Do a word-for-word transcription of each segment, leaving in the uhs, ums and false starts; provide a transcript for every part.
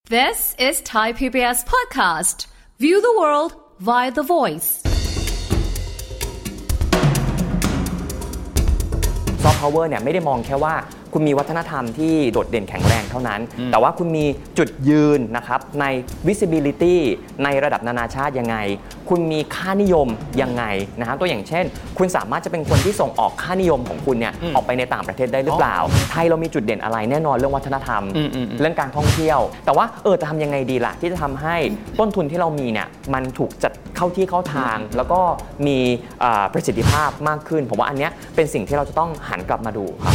This is Thai พี บี เอส podcast. View the world via the voice. Soft Power เนี่ยไม่ได้มองแค่ว่าคุณมีวัฒนธรรมที่โดดเด่นแข็งแรงเท่านั้นแต่ว่าคุณมีจุดยืนนะครับใน visibility ในระดับนานาชาติยังไงคุณมีค่านิยมยังไงนะฮะตัวอย่างเช่นคุณสามารถจะเป็นคนที่ส่งออกค่านิยมของคุณเนี่ยออกไปในต่างประเทศได้หรือเปล่าไทยเรามีจุดเด่นอะไรแน่นอนเรื่องวัฒนธรรมเรื่องการท่องเที่ยวแต่ว่าเออจะทำยังไงดีล่ะที่จะทำให้ต้นทุนที่เรามีเนี่ยมันถูกจัดเข้าที่เข้าทางแล้วก็มีประสิทธิภาพมากขึ้นผมว่าอันนี้เป็นสิ่งที่เราจะต้องหันกลับมาดูครับ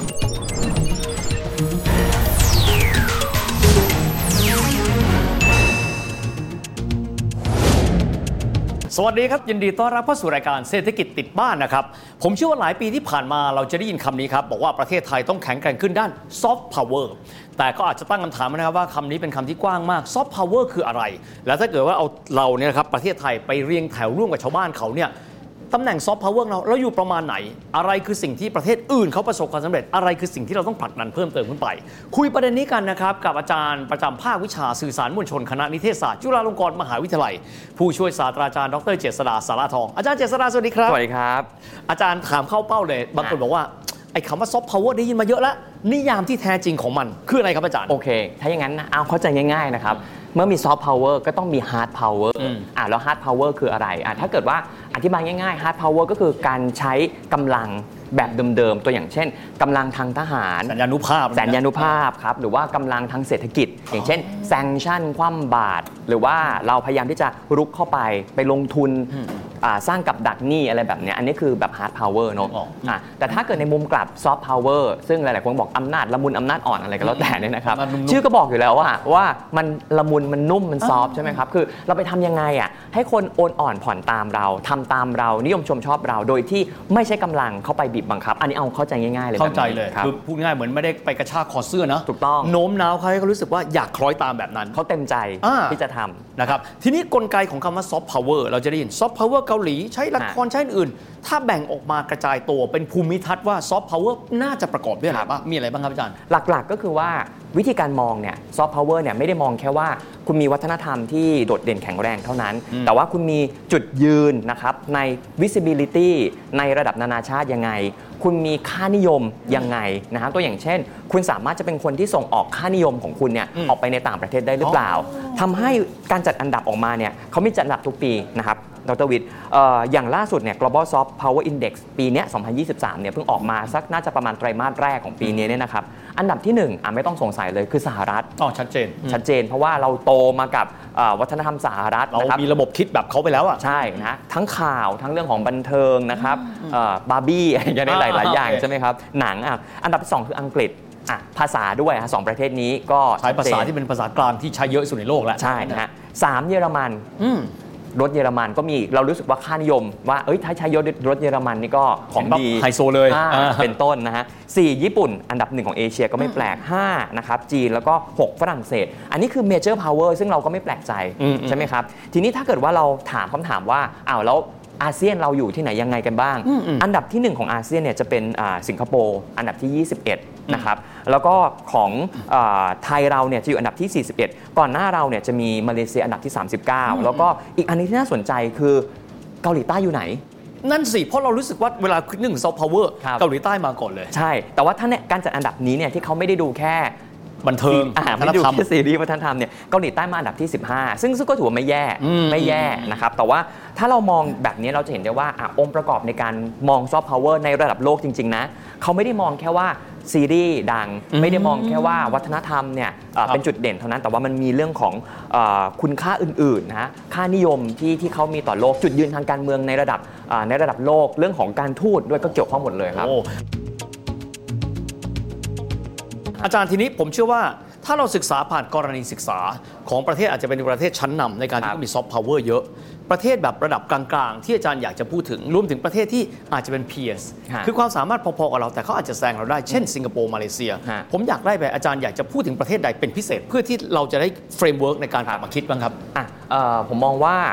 สวัสดีครับยินดีต้อนรับเข้าสู่รายการเศรษฐกิจติดบ้านนะครับผมเชื่อว่าหลายปีที่ผ่านมาเราจะได้ยินคำนี้ครับบอกว่าประเทศไทยต้องแข็งแกร่งขึ้นด้าน soft power แต่ก็อาจจะตั้งคำถามนะครับว่าคำนี้เป็นคำที่กว้างมาก soft power คืออะไรแล้วถ้าเกิดว่าเอาเราเนี่ยครับประเทศไทยไปเรียงแถวร่วมกับชาวบ้านเขาเนี่ยตำแหน่งซอฟต์พาวเวอร์เราเราอยู่ประมาณไหนอะไรคือสิ่งที่ประเทศอื่นเขาประสบความสำเร็จอะไรคือสิ่งที่เราต้องผลักดันเพิ่มเติมขึ้นไปคุยประเด็นนี้กันนะครับกับอาจารย์ประจำภาควิชาสื่อสารมวลชนคณะนิเทศศาสตร์จุฬาลงกรณ์มหาวิทยาลัยผู้ช่วยศาสตราจารย์ดรเจษฎาสาราทองอาจารย์เจษฎาสวัสดีครับสวัสดีครับอาจารย์ถามเข้าเป้าเลยบางคนบอกว่าไอ้คำว่าซอฟต์พาวเวอร์ได้ยินมาเยอะแล้วนิยามที่แท้จริงของมันคืออะไรครับอาจารย์โอเคถ้าอย่างนั้นเอาเข้าใจง่ายๆนะครับเมื่อมีซอฟต์พาวเวอร์ก็ต้องมีฮาร์ดพาวเวอร์อ่าแล้วฮาร์ดพาวเวอร์คืออะไรอ่าถ้าเกิดว่าอธิบายง่ายๆฮาร์ดพาวเวอร์ก็คือการใช้กำลังแบบเดิมๆตัวอย่างเช่นกำลังทางทหารสัญญานุภาพสัญญานุภาพครับหรือว่ากำลังทางเศรษฐกิจอย่างเช่นแซงชั่นคว่ำบาตรหรือว่าเราพยายามที่จะรุกเข้าไปไปลงทุนสร้างกับดักหนี้อะไรแบบนี้อันนี้คือแบบฮาร์ดพาวเวอร์เนาะแต่ถ้าเกิดในมุมกลับซอฟต์พาวเวอร์ซึ่งหลายๆคนบอกอำนาจละมุนอำนาจอ่อนอะไรก็แล้วแต่เนี่ยนะครับชื่อก็บอกอยู่แล้วว่าว่ามันละมุนมันนุ่มมันซอฟต์ใช่ไหมครับคือเราไปทำยังไงอ่ะให้คนโอนอ่อนผ่อนตามเราทำตามเรานิยมชมชอบเราโดยที่ไม่ใช่กำลังเข้าไปบีบบังคับอันนี้เอาเข้าใจง่ายๆเลยเข้าใจเลยคือพูดง่ายเหมือนไม่ได้ไปกระชากคอเสื้อนะถูกต้องโน้มน้าวเขาให้เขารู้สึกว่าอยากคล้อยตามแบบนั้นเขาเต็มใจที่จะทำนะครับทีนี้กลไกของคำว่าซอฟต์พาวเวอร์เราจะได้ยินซอฟต์พาวเวอร์เกาหลีใช้ละครใช้อื่นถ้าแบ่งออกมากระจายตัวเป็นภูมิทัศน์ว่าซอฟต์พาวเวอร์น่าจะประกอบด้วยอะไรบ้างมีอะไรบ้างครับอาจารย์หลักๆก็คือว่าวิธีการมองเนี่ยซอฟต์พาวเวอร์เนี่ยไม่ได้มองแค่ว่าคุณมีวัฒนธรรมที่โดดเด่นแข็งแรงเท่านั้นแต่ว่าคุณมีจุดยืนนะครับใน visibility ในระดับนานาชาติยังไงคุณมีค่านิยมยังไงนะฮะตัวอย่างเช่นคุณสามารถจะเป็นคนที่ส่งออกค่านิยมของคุณเนี่ยออกไปในต่างประเทศได้หรือเปล่าทำให้การจัดอันดับออกมาเนี่ยเขามีจัดอันดับทุกปีนะครับดร.วิทย์ เอ่อ อย่างล่าสุดเนี่ย global soft power index ปีนี้สองพันยี่สิบสามเนี่ยเพิ่งออกมาสักน่าจะประมาณไตรมาสแรกของปีนี้เนี่ยนะครับอันดับที่หนึ่งอ่ะไม่ต้องสงสัยเลยคือสหรัฐอ๋อชัดเจนชัดเจนเพราะว่าเราโตมากับวัฒนธรรมสหรัฐเรามีระบบคิดแบบเขาไปแล้วอ่ะใช่นะทั้งข่าวทั้งเรื่องของบันเทิงนะครับบาร์บี้อย่างนี้หลายๆอย่างใช่ไหมครับหนังอ่ะอันดับที่สองคืออังกฤษอ่ะภาษาด้วยสองประเทศนี้ก็ใช้ภาษาที่เป็นภาษากลางที่ใช้เยอะสุดในโลกแล้วใช่นะฮะสามเยอรมันรถเยอรมันก็มีเรารู้สึกว่าค่านิยมว่าเอ้ยถ้าใช้รถเยอรมันนี่ก็ของดีไฮโซเลยเป็นต้นนะฮะสี่ญี่ปุ่นอันดับหนึ่งของเอเชียก็ไม่แปลกห้านะครับจีนแล้วก็หกฝรั่งเศสอันนี้คือเมเจอร์พาวเวอร์ซึ่งเราก็ไม่แปลกใจใช่ไหมครับทีนี้ถ้าเกิดว่าเราถามคำถามว่าอ้าวแล้วอาเซียนเราอยู่ที่ไหนยังไงกันบ้างอันดับที่หนึ่งของอาเซียนเนี่ยจะเป็นสิงคโปร์อันดับที่ยี่สิบเอ็ดนะครับแล้วก็ของไทยเราเนี่ยจะอยู่อันดับที่สี่สิบเอ็ดก่อนหน้าเราเนี่ยจะมีมาเลเซียอันดับที่สามสิบเก้าแล้วก็อีกอันนี้ที่น่าสนใจคือเกาหลีใต้อยู่ไหนนั่นสิเพราะเรารู้สึกว่าเวลาคิดถึงซอฟต์พาวเวอร์เกาหลีใต้มาก่อนเลยใช่แต่ว่าถ้าเนี่ยการจัดอันดับนี้เนี่ยที่เขาไม่ได้ดูแค่บันเทิงไม่ได้ดูแค่ซีรีส์วัฒนธรรมเนี่ยเกาหลีใต้มาอันดับที่สิบห้าซึ่งซึ่งก็ถือว่าไม่แย่ไม่แย่นะครับแต่ว่าถ้าเรามองแบบนี้เราจะเห็นได้ว่าองค์ประกอบในการมองซอฟต์พาวเวอร์ในระดับโลกจริงๆนะเขาไม่ได้มองแค่ว่าซีรีส์ดังไม่ได้มองแค่ว่าวัฒนธรรมเนี่ยเป็นจุดเด่นเท่านั้นแต่ว่ามันมีเรื่องของคุณค่าอื่นๆนะค่านิยมที่ที่เขามีต่อโลกจุดยืนทางการเมืองในระดับในระดับโลกเรื่องของการทูตด้วยก็เกี่ยวข้องหมดเลยครับอาจารย์ทีนี้ผมเชื่อว่าถ้าเราศึกษาผ่านกรณีศึกษาของประเทศอาจจะเป็นประเทศชั้นนำในการที่มีซอฟต์พาวเวอร์เยอะประเทศแบบระดับกลางๆที่อาจารย์อยากจะพูดถึงรวมถึงประเทศที่อาจจะเป็น peers คือความสามารถพอๆกับเราแต่เขาอาจจะแซงเราได้เช่นสิงคโปร์มาเลเซียผมอยากได้ไปอาจารย์อยากจะพูดถึงประเทศใดเป็นพิเศษเพื่อที่เราจะได้เฟรมเวิร์กในการกลับมาคิดบ้างครับอ่ะผมมองว่า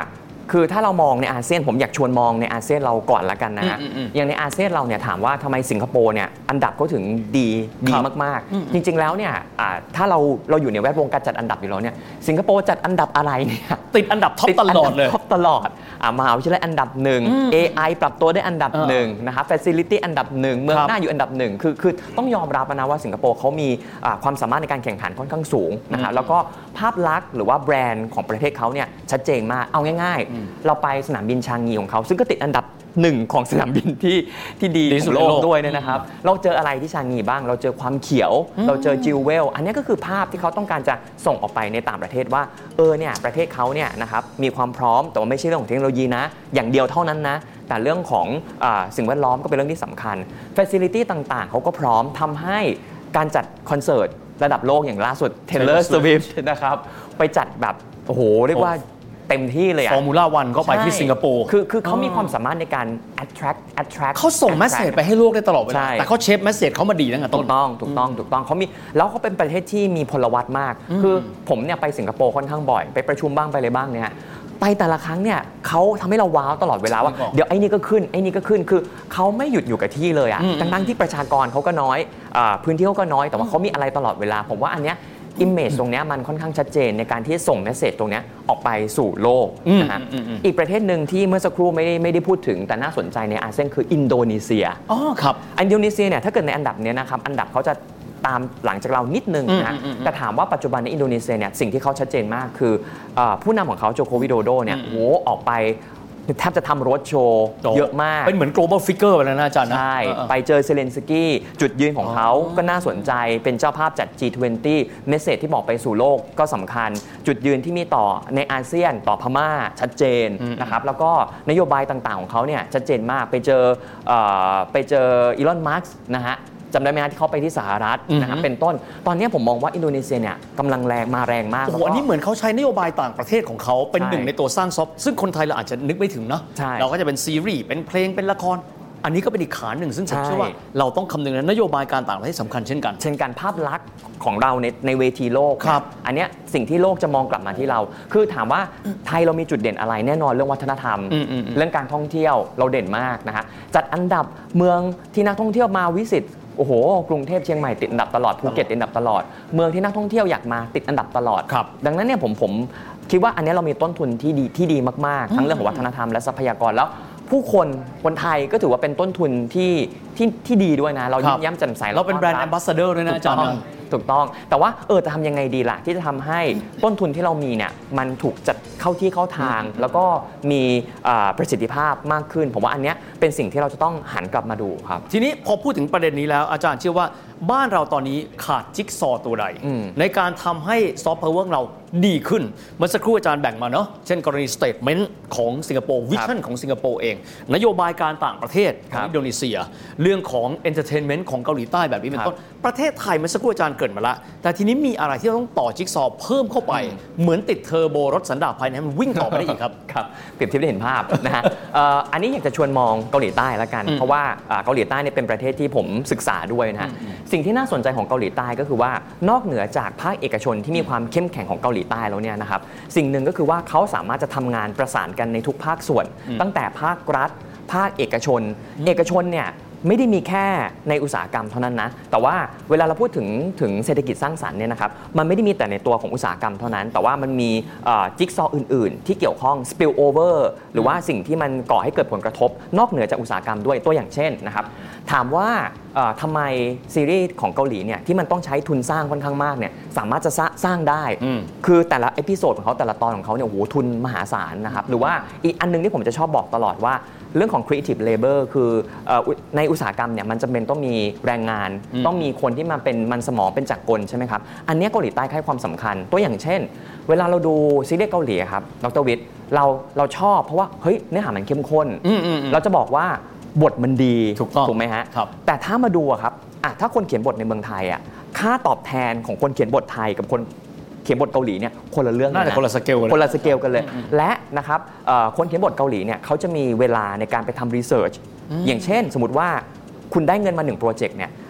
คือถ้าเรามองในอาเซียนผมอยากชวนมองในอาเซียนเราก่อนละกันนะฮะอืมอืมอย่างในอาเซียนเราเนี่ยถามว่าทำไมสิงคโปร์เนี่ยอันดับเขาถึงดีดีครับมากๆ จริงๆแล้วเนี่ยอ่าถ้าเราเราอยู่ในแวดวงการจัดอันดับอยู่แล้วเนี่ยสิงคโปร์จัดอันดับอะไรเนี่ยติดอันดับท็อปตลอดเลยท็อปตลอดอ่ามหาวิทยาลัยอันดับหนึ่ง เอ ไอ ปรับตัวได้อันดับหนึ่งนะครับ facility อันดับหนึ่งเมืองครับน่าอยู่อันดับหนึ่งคือคือต้องยอมรับนะว่าสิงคโปร์เขามีอ่าความสามารถในการแข่งขันค่อนข้างสูงนะครับแล้วก็ภาพลักษณ์หรือว่าแบรนด์ของประเทศเขาเนี่ยชัดเจนมากเอาง่ายๆเราไปสนามบินชางงีของเขาซึ่งก็ติดอันดับหนึ่งของสนามบินที่ที่ดีดีขสุอดงในโลโลกกด้วยเนี่ยนะครับเราเจออะไรที่ชางงีบ้างเราเจอความเขียวเราเจอจิวเวลอันนี้ก็คือภาพที่เขาต้องการจะส่งออกไปในต่างประเทศว่าเออเนี่ยประเทศเขาเนี่ยนะครับมีความพร้อมแต่ว่าไม่ใช่เรื่องของเทคโนโลยีนะอย่างเดียวเท่านั้นนะแต่เรื่องของอาสิ่งแวดล้อมก็เป็นเรื่องที่สำคัญ Facility ต่างๆเขาก็พร้อมทำให้การจัดคอนเสิร์ตระดับโลกอย่างล่าสุด Taylor Swift นะครับไปจัดแบบโอ้โหเรียกว่าเต็มที่เลยอะฟอร์มูล่าวันก็ไปที่สิงคโปร์คือคือเขามีความสามารถในการ attract attract เขาส่งเมสเซจไปให้โลกได้ตลอดเวใช่ลาแต่เขาเชฟเมสเซจเขามาดีตั้งแต่ต้ถูนกต้องถูกต้องถูกต้องเขามีแล้วเขาเป็นประเทศที่มีพลวัตมาก คือผมเนี่ยไปสิงคโปร์ค่อนข้างบ่อยไปประชุมบ้างไปอะไรบ้างเนี่ยไปแต่ละครั้งเนี่ยเขาทำให้เราว้าวตลอดเวลาว่าไม่บอกเดี๋ยวไอ้นี่ก็ขึ้นไอ้นี่ก็ขึ้นคือเขาไม่หยุดอยู่กับที่เลยอ่ะทั้งๆที่ประชากรเขาก็น้อยอ่าพื้นที่เขาก็น้อยแต่ว่าเขามีอะไรตลอดเวลาผมว่าอันเนี้ยอิมเมจตรงเนี้ยมันค่อนข้างชัดเจนในการที่ส่งเมสเซจตรงเนี้ยออกไปสู่โลกนะฮะอืมอืมอืมอีกประเทศหนึ่งที่เมื่อสักครู่ไม่ได้ไม่ได้พูดถึงแต่น่าสนใจในอาเซียนคืออินโดนีเซียอ๋อครับอินโดนีเซียเนี่ยถ้าเกิดในอันดับเนี้ยนะครับอันดับเขาจะตามหลังจากเรานิดนึงนะอืมอืมอืมแต่ถามว่าปัจจุบันในอินโดนีเซียเนี่ยสิ่งที่เขาชัดเจนมากคือเอ่อผู้นำของเขาโจโควิโดโดเนี่ยโอ้โหออกไปแทบจะทำรถโชว์เยอะมากเป็นเหมือน global figure ไปแล้วนะอาจารย์นะใช่เออไปเจอเซเลนสกี้จุดยืนของเขาก็น่าสนใจเป็นเจ้าภาพจัด จี ทเวนตี้ เมสเซจที่บอกไปสู่โลกก็สำคัญ จุดยืนที่มีต่อในอาเซียนต่อพม่าชัดเจนนะครับแล้วก็นโยบายต่างๆของเขาเนี่ยชัดเจนมากไปเจอเอ่อไปเจออีลอนมัสก์นะฮะจำได้ไหมฮะที่เขาไปที่สหรัฐนะครับเป็นต้นตอนนี้ผมมองว่าอินโดนีเซียเนี่ยกำลังแรงมาแรงมากโอ้โหแล้วก็อันนี้เหมือนเขาใช้นโยบายต่างประเทศของเขาเป็นใช่หนึ่งในตัวสร้างซอฟต์ซึ่งคนไทยเราอาจจะนึกไม่ถึงเนาะใช่เราก็จะเป็นซีรีส์เป็นเพลงเป็นละคร อันนี้ก็เป็นอีกขาหนึ่งซึ่งผมใช่เชื่อว่าเราต้องคำนึงในนโยบายการต่างประเทศสำคัญเช่นกันเช่นกันภาพลักษณ์ของเราในในเวทีโลกครับอันเนี้ยสิ่งที่โลกจะมองกลับมาที่เรา คือถามว่าไทยเรามีจุดเด่นอะไรแน่นอนเรื่องวัฒนธรรมอืมอืมอืมเรื่องการท่องเที่ยวเราเด่นมากนะฮะจัดอันดับเมืองที่นักท่องเที่ยวมาวิสิตโอ้โหกรุงเทพเชียงใหม่ติดอันดับตลอดภูเก็ตติดอันดับตลอด เมืองที่นักท่องเที่ยวอยากมาติดอันดับตลอดครับดังนั้นเนี่ยผมผมคิดว่าอันเนี้ยเรามีต้นทุนที่ดีที่ดีมากๆ ทั้งเรื่องของวัฒนธรรมและทรัพยากรแล้ว ผู้คนคนไทยก็ถือว่าเป็นต้นทุนที่ที่ที่ดีด้วยนะ เราครัยิ้บมแย้มแจ่มใสเราเป็นแบรนด์แอมบาสเดอร์ด้วยนะอาจารย์ถูกต้องนะถูกต้องแต่ว่าเออจะทำยังไงดีล่ะ ที่จะทำให้ต้นทุนที่เรามีเนี่ยมันถูกจัดเข้าที่เข้าทาง แล้วก็มีอ่าประสิทธิภาพมากขึ้น ผมว่าอันเนี้ยเป็นสิ่งที่เราจะต้องหันกลับมาดูครับทีนี้พอพูดถึงประเด็นนี้แล้วอาจารย์เชื่อว่าบ้านเราตอนนี้ขาดจิ๊กซอว์ตัวใดอืมในการทำให้ซอฟต์พาวเวอร์เราดีขึ้นเมื่อสักครู่อาจารย์แบ่งมาเนาะเช่นกรณีสเตทเมนต์ของสิงคโปร์วิชั่นของสิงคโปร์เอง นโยบายการต่างประเทศขครัองบอินโดนีเซีย เรื่องของเอนเตอร์เทนเมนต์ของเกาหลีใต้แบบนี้เป็นต้นประเทศไทยเมื่อสักครู่อาจารย์เกริ่นมาละแต่ทีนี้มีอะไรที่เราต้องต่อจิ๊กซอว์เพิ่มเข้าไป เหมือนติดเทอร์โบรถสันดาปภายในให้มันวิ่งต่อไปได้อีกครับครับเปรียบเทียบได้เห็นภาพ นะฮะเอ่ออันนี้อยากจะชวนมองเกาหลีใต้แล้วกันอืมเพราะว่าอ่าเกาหลีใต้เนี่ยเป็นประเทศที่ผมศึกษาด้วยนะฮะสิ่งที่น่าสนใจของเกาหลีใต้ก็คือว่านอกเหนือจากภาคเอกชนที่มีความเข้มแข็งของเกาหลีใต้แล้วเนี่ยนะครับสิ่งหนึ่งก็คือว่าเขาสามารถจะทำงานประสานกันในทุกภาคส่วน ตั้งแต่ภาครัฐ ภาคเอกชน เอกชนเนี่ยไม่ได้มีแค่ในอุตสาหกรรมเท่านั้นนะแต่ว่าเวลาเราพูดถึงถึงเศรษฐกิจสร้างสรรค์เนี่ยนะครับมันไม่ได้มีแต่ในตัวของอุตสาหกรรมเท่านั้น แต่ว่ามันมีจิ๊กซอว์อื่นๆ ที่เกี่ยวข้อง spill over หรือว่าสิ่งที่มันก่อให้เกิดผลกระทบ นอกเหนือจากอุตสาหกรรมด้วยตัวอย่างเช่นนะครับถามว่าเอ่อทำไมซีรีส์ของเกาหลีเนี่ยที่มันต้องใช้ทุนสร้างค่อนข้างมากเนี่ยสามารถจะสร้างได้อืมคือแต่ละเอพิโซดของเขาแต่ละตอนของเขาเนี่ยโอ้โหทุนมหาศาลนะครับหรือว่าอีกอันนึงที่ผมจะชอบบอกตลอดว่าเรื่องของ creative labor คือเอ่อในอุตสาหกรรมเนี่ยมันจำเป็นต้องมีแรงงาน ต้องมีคนที่มาเป็นมันสมองเป็นจักรกลใช่ไหมครับอันเนี้ยเกาหลีใต้ให้ความสำคัญ ตัวอย่างเช่น เวลาเราดูซีรีส์เกาหลีครับดร.วิทย์เราเราชอบเพราะว่าเฮ้ยเนื้อหามันเข้มข้นอืมอืมอืมเราจะบอกว่าบทมันดีถูกต้องถูกไหมฮะครับแต่ถ้ามาดูอะครับอ่ะถ้าคนเขียนบทในเมืองไทยอ่ะค่าตอบแทนของคนเขียนบทไทยกับคนเขียนบทเกาหลีเนี่ยคนละเรื่องน่าจะคนละสเกลกันเลยคนละสเกลกันเลย และนะครับเอ่อคนเขียนบทเกาหลีเนี่ยเขาจะมีเวลาในการไปทำรีเสิร์ชอย่างเช่น สมมติว่าคุณได้เงินมาหนึ่งโปรเจกต์เนี่ย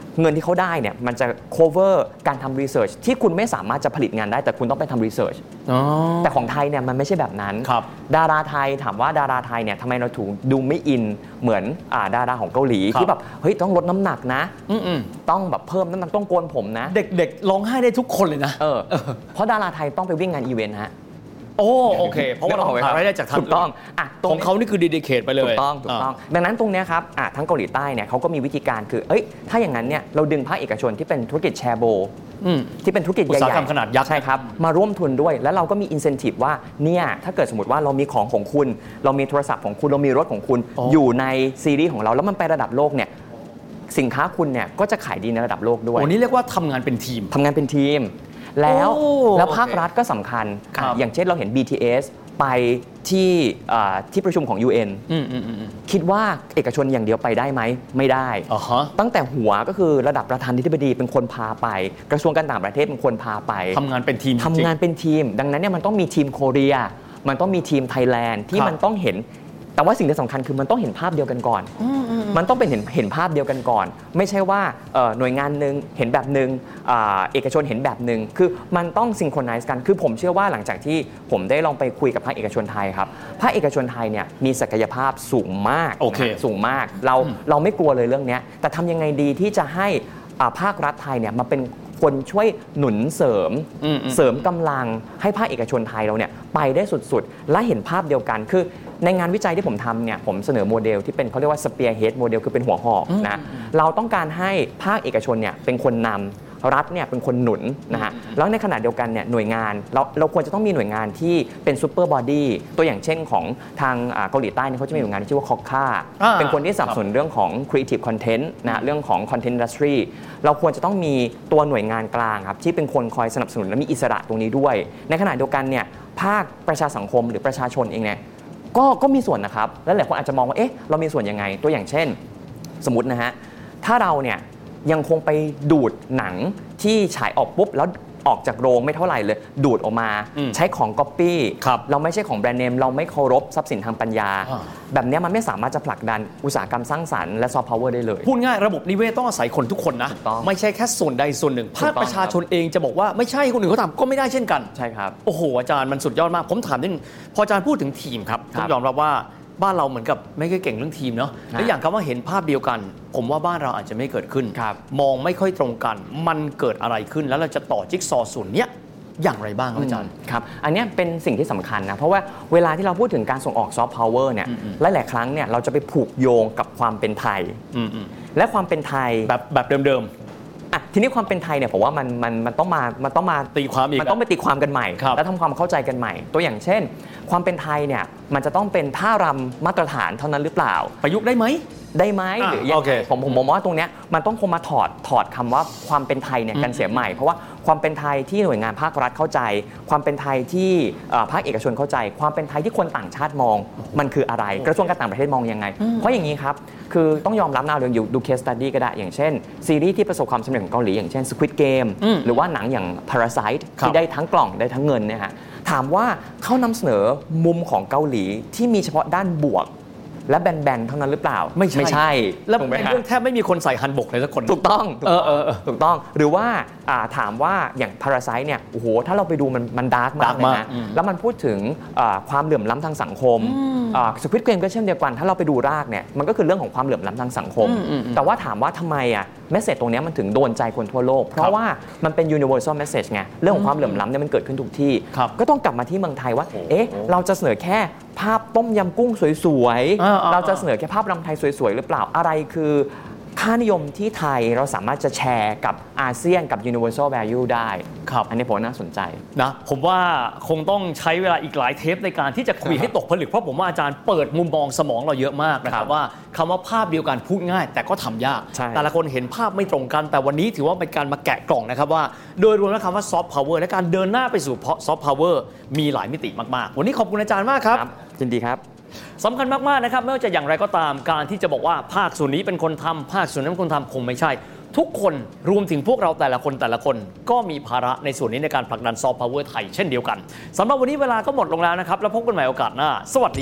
เงินที่เขาได้เนี่ยมันจะ cover การทำ research ที่คุณไม่สามารถจะผลิตงานได้แต่คุณต้องไปทำ research แต่ของไทยเนี่ยมันไม่ใช่แบบนั้นดาราไทยถามว่าดาราไทยเนี่ยทำไมเราถูกดูไม่อินเหมือนอ่าดาราของเกาหลีที่แบบเฮ้ยต้องลดน้ำหนักนะต้องแบบเพิ่มน้ำหนักต้องโกนผมนะเด็กๆร้องไห้ได้ทุกคนเลยนะเออเพราะดาราไทยต้องไปวิ่งงานอีเวนต์ฮะโอ้โอเคเพราะว่าเราหารายได้จากทางถูกต้องอ่ะของเขานี่คือ dedicate ไปเลยถูกต้องถูกต้องดังนั้นตรงนี้ครับอ่ะทั้งเกาหลีใต้เนี่ยเขาก็มีวิธีการคือเอ้ยถ้าอย่างนั้นเนี่ยเราดึงภาคเอกชนที่เป็นธุรกิจแชร์โบที่เป็นธุรกิจใหญ่ๆอุตสาหกรรมขนาดยักษ์ใช่ครับมาร่วมทุนด้วยแล้วเราก็มี incentive ว่าเนี่ยถ้าเกิดสมมติว่าเรามีของของคุณเรามีโทรศัพท์ของคุณเรามีรถของคุณอยู่ในซีรีส์ของเราแล้วมันไประดับโลกเนี่ยสินค้าคุณเนี่ยก็จะขายดีในระดับโลกด้วยโอ้นี่เรียกว่าทำงานเป็นทีมทำงานเป็นทีมแล้วแล้วภาครัฐก็สำคัญอย่างเช่นเราเห็น บี ที เอส ไปที่ที่ประชุมของ ยู เอ็น คิดว่าเอกชนอย่างเดียวไปได้ไหมไม่ได้ uh-huh. ตั้งแต่หัวก็คือระดับประธานาธิบดีเป็นคนพาไปกระทรวงการต่างประเทศเป็นคนพาไปทำงานเป็นทีมทำงานเป็นทีมดังนั้นเนี่ยมันต้องมีทีมโคเรียมันต้องมีทีมไทยแลนด์ที่มันต้องเห็นแต่ว่าสิ่งที่สำคัญคือมันต้องเห็นภาพเดียวกันก่อนมันต้องเป็นเห็นเห็นภาพเดียวกันก่อนไม่ใช่ว่าหน่วยงานนึงเห็นแบบนึงเอกชนเห็นแบบนึงคือมันต้องซิงโครไนซ์กันคือผมเชื่อว่าหลังจากที่ผมได้ลองไปคุยกับภาคเอกชนไทยครับภาคเอกชนไทยเนี่ยมีศักยภาพสูงมาก okay. สูงมากเราเราไม่กลัวเลยเรื่องนี้แต่ทำยังไงดีที่จะให้ภาครัฐไทยเนี่ยมาเป็นคนช่วยหนุนเสริมเสริมกำลังให้ภาคเอกชนไทยเราเนี่ยไปได้สุดๆและเห็นภาพเดียวกันคือในงานวิจัยที่ผมทำเนี่ยผมเสนอโมเดลที่เป็นเขาเรียกว่า spearhead โมเดลคือเป็นหัวหอกนะเราต้องการให้ภาคเอกชนเนี่ยเป็นคนนำรัฐเนี่ยเป็นคนหนุนนะฮะแล้วในขณะเดียวกันเนี่ยหน่วยงานเราเราควรจะต้องมีหน่วยงานที่เป็นซูเปอร์บอดี้ตัวอย่างเช่นของทางเกาหลีใต้เนี่ยเขาจะมีหน่วยงานที่ชื่อว่าคอกค่าเป็นคนที่สนับสนุนเรื่องของ creative content นะเรื่องของ content industry เราควรจะต้องมีตัวหน่วยงานกลางครับที่เป็นคนคอยสนับสนุนและมีอิสระตรงนี้ด้วยในขณะเดียวกันเนี่ยภาคประชาสังคมหรือประชาชนเองเนี่ยก็ก็มีส่วนนะครับแล้วหลายคนอาจจะมองว่าเอ๊ะเรามีส่วนยังไงตัวอย่างเช่นสมมตินะฮะถ้าเราเนี่ยยังคงไปดูดหนังที่ฉายออกปุ๊บแล้วออกจากโรงไม่เท่าไหร่เลยดูดออกมาใช้ของก๊อปปี้เราไม่ใช่ของแบรนด์เนมเราไม่เคารพทรัพย์สินทางปัญญาแบบนี้มันไม่สามารถจะผลักดันอุตสาหกรรมสร้างสรรค์และซอฟต์พาวเวอร์ได้เลยพูดง่ายระบบนิเวศต้องอาศัยคนทุกคนนะไม่ใช่แค่ส่วนใดส่วนหนึ่งภาคประชาชนเองจะบอกว่าไม่ใช่คนอื่นเขาทำก็ไม่ได้เช่นกันใช่ครับโอ้โหอาจารย์มันสุดยอดมากผมถามนิดนึงพออาจารย์พูดถึงทีมครับต้องยอมรับว่าบ้านเราเหมือนกับไม่ค่อยเก่งเรื่องทีมเนาะและอย่างคำว่าเห็นภาพเดียวกันผมว่าบ้านเราอาจจะไม่เกิดขึ้นมองไม่ค่อยตรงกันมันเกิดอะไรขึ้นแล้วเราจะต่อจิ๊กซอว์ส่วนเนี้ยอย่างไรบ้างครับอาจารย์ครับอันนี้เป็นสิ่งที่สำคัญนะเพราะว่าเวลาที่เราพูดถึงการส่งออกซอฟต์พาวเวอร์เนี่ยหลายๆครั้งเนี่ยเราจะไปผูกโยงกับความเป็นไทยและความเป็นไทยแบบแบบเดิมอ่ะทีนี้ความเป็นไทยเนี่ยผมว่ามันมันมันต้องมามันต้องมาตีความอีกมันต้องไปตีความกันใหม่แล้วทำความเข้าใจกันใหม่ตัวอย่างเช่นความเป็นไทยเนี่ยมันจะต้องเป็นท่ารำมาตรฐานเท่านั้นหรือเปล่าประยุกต์ได้ไหมได้ไหมหรือยังไงผมผมมองว่าตรงนี้มันต้องคงมาถอดถอดคำว่าความเป็นไทยเนี่ยกันเสียใหม่เพราะว่าความเป็นไทยที่หน่วยงานภาครัฐเข้าใจความเป็นไทยที่ภาคเอกชนเข้าใจความเป็นไทยที่คนต่างชาติมองมันคืออะไรกระทรวงการต่างประเทศมองยังไงเพราะอย่างนี้ครับคือต้องยอมรับนะเรื่องอยู่ดู case study ก็ได้อย่างเช่นซีรีส์ที่ประสบความสำเร็จของเกาหลีอย่างเช่น Squid Game หรือว่าหนังอย่าง Parasite ที่ได้ทั้งกล่องได้ทั้งเงินเนี่ยฮะถามว่าเขานำเสนอมุมของเกาหลีที่มีเฉพาะด้านบวกและแบนๆเท่านั้นหรือเปล่าไม่ใช่ไม่ใช่แล้วในเรื่องแทบไม่มีคนใส่ฮันบกเลยสักคนถูกต้องเออเออถูกต้องหรือว่าถามว่าอย่าง Parasite เนี่ยโอ้โหถ้าเราไปดูมันมันดาร์กมากเลยนะแล้วมันพูดถึงความเหลื่อมล้ำทางสังคม Squid Game ก็เช่นเดียวกันถ้าเราไปดูรากเนี่ยมันก็คือเรื่องของความเหลื่อมล้ำทางสังคมแต่ว่าถามว่าทำไมอ่ะเมสเสจตรงนี้มันถึงโดนใจคนทั่วโลกเพราะว่ามันเป็น universal message ไงเรื่องของความเหลื่อมล้ำเนี่ยมันเกิดขึ้นทุกที่ก็ต้องกลับมาที่เมืองไทยว่าเอ๊ะเราจะเสนอแค่ภาพต้มยำกุ้งสวยๆเราจะเสนอแค่ภาพรำไทยสวยๆหรือเปล่าอะไรคือค่านิยมที่ไทยเราสามารถจะแชร์กับอาเซียนกับ universal value ได้ครับอันนี้ผมน่าสนใจนะผมว่าคงต้องใช้เวลาอีกหลายเทปในการที่จะคุยให้ตกผลึกเพราะผมว่าอาจารย์เปิดมุมมองสมองเราเยอะมากนะครับว่าคำว่าภาพเดียวกันพูดง่ายแต่ก็ทำยากแต่ละคนเห็นภาพไม่ตรงกันแต่วันนี้ถือว่าเป็นการมาแกะกล่องนะครับว่าโดยรวมแล้วคำว่า soft power และการเดินหน้าไปสู่ soft power มีหลายมิติมากๆวันนี้ขอบคุณอาจารย์มากครับยินดีครับสำคัญมากๆนะครับไม่ว่าจะอย่างไรก็ตามการที่จะบอกว่าภาคส่วนนี้เป็นคนทำภาคส่วนนั้นเป็นคนทำคงไม่ใช่ทุกคนรวมถึงพวกเราแต่ละคนแต่ละคนก็มีภาระในส่วนนี้ในการผลักดันซอฟต์พาวเวอร์ไทยเช่นเดียวกันสำหรับวันนี้เวลาก็หมดลงแล้วนะครับแล้วพบกันใหม่โอกาสหน้าสวัสดี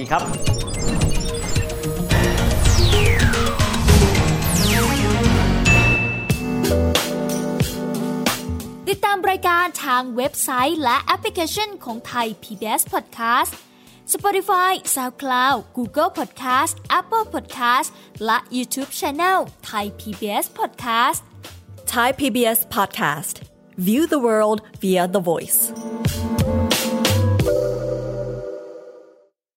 ครับติดตามรายการทางเว็บไซต์และแอปพลิเคชันของไทย พี บี เอส Podcast Spotify, SoundCloud, Google Podcast, Apple Podcast และ YouTube Channel Thai พี บี เอส Podcast Thai พี บี เอส Podcast View the world via the voice